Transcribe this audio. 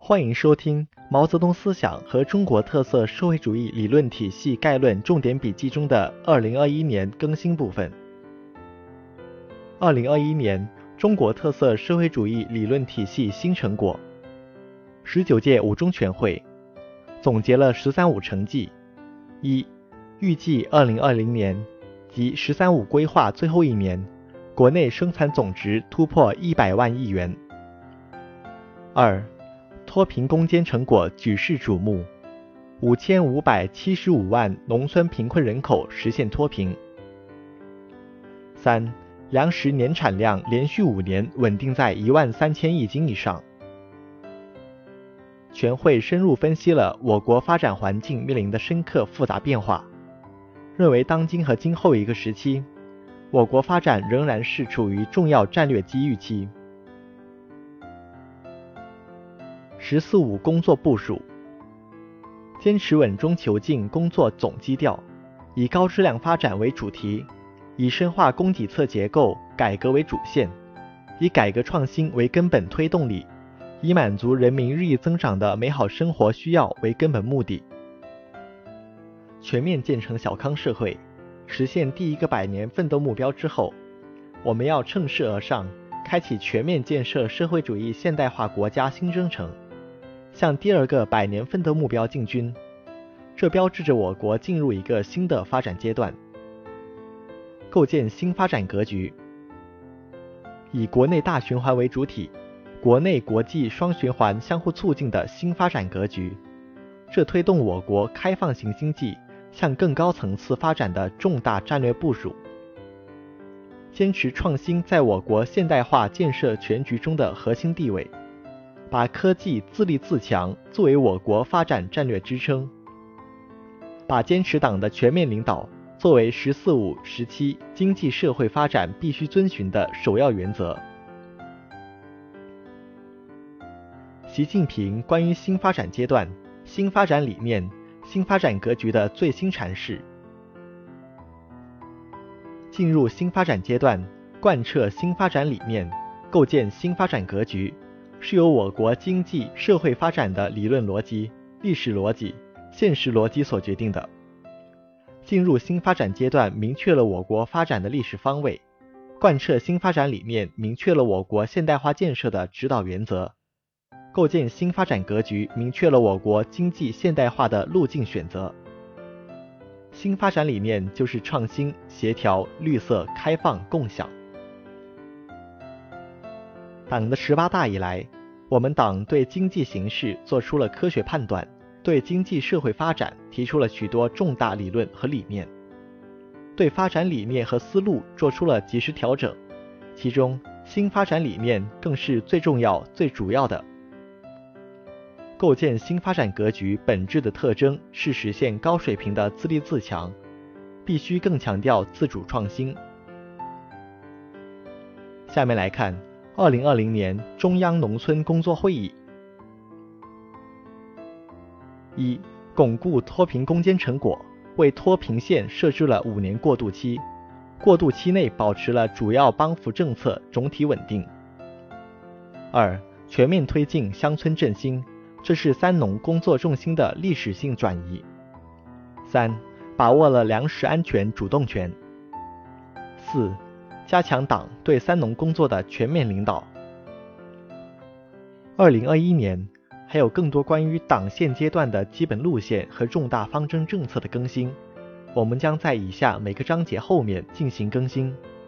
欢迎收听毛泽东思想和中国特色社会主义理论体系概论重点笔记中的2021年更新部分。2021年中国特色社会主义理论体系新成果。19届五中全会总结了“十三五”成绩。一、预计2020年即“十三五”规划最后一年，国内生产总值突破100万亿元。二、脱贫攻坚成果举世瞩目，5575万农村贫困人口实现脱贫。三、粮食年产量连续5年稳定在13000亿斤以上。全会深入分析了我国发展环境面临的深刻复杂变化，认为当今和今后一个时期，我国发展仍然是处于重要战略机遇期。“14五”工作部署，坚持稳中求进工作总基调，以高质量发展为主题，以深化供给侧结构改革为主线，以改革创新为根本推动力，以满足人民日益增长的美好生活需要为根本目的。全面建成小康社会，实现第一个100年奋斗目标之后，我们要乘势而上，开启全面建设社会主义现代化国家新征程，向第二个100年奋斗目标进军。这标志着我国进入一个新的发展阶段。构建新发展格局，以国内大循环为主体，国内国际双循环相互促进的新发展格局，这推动我国开放型经济向更高层次发展的重大战略部署。坚持创新在我国现代化建设全局中的核心地位，把科技自立自强作为我国发展战略支撑，把坚持党的全面领导作为“14五”时期经济社会发展必须遵循的首要原则。习近平关于新发展阶段、新发展理念、新发展格局的最新阐释。进入新发展阶段，贯彻新发展理念，构建新发展格局，是由我国经济社会发展的理论逻辑、历史逻辑、现实逻辑所决定的。进入新发展阶段明确了我国发展的历史方位，贯彻新发展理念明确了我国现代化建设的指导原则，构建新发展格局明确了我国经济现代化的路径选择。新发展理念就是创新、协调、绿色、开放、共享。党的18大以来，我们党对经济形势做出了科学判断，对经济社会发展提出了许多重大理论和理念，对发展理念和思路做出了及时调整，其中新发展理念更是最重要、最主要的。构建新发展格局本质的特征是实现高水平的自立自强，必须更强调自主创新。下面来看2020年中央农村工作会议。一、巩固脱贫攻坚成果，为脱贫县设置了5年过渡期，过渡期内保持了主要帮扶政策总体稳定。二、全面推进乡村振兴，这是三农工作重心的历史性转移。三、把握了粮食安全主动权。四、加强党对三农工作的全面领导。2021年还有更多关于党现阶段的基本路线和重大方针政策的更新，我们将在以下每个章节后面进行更新。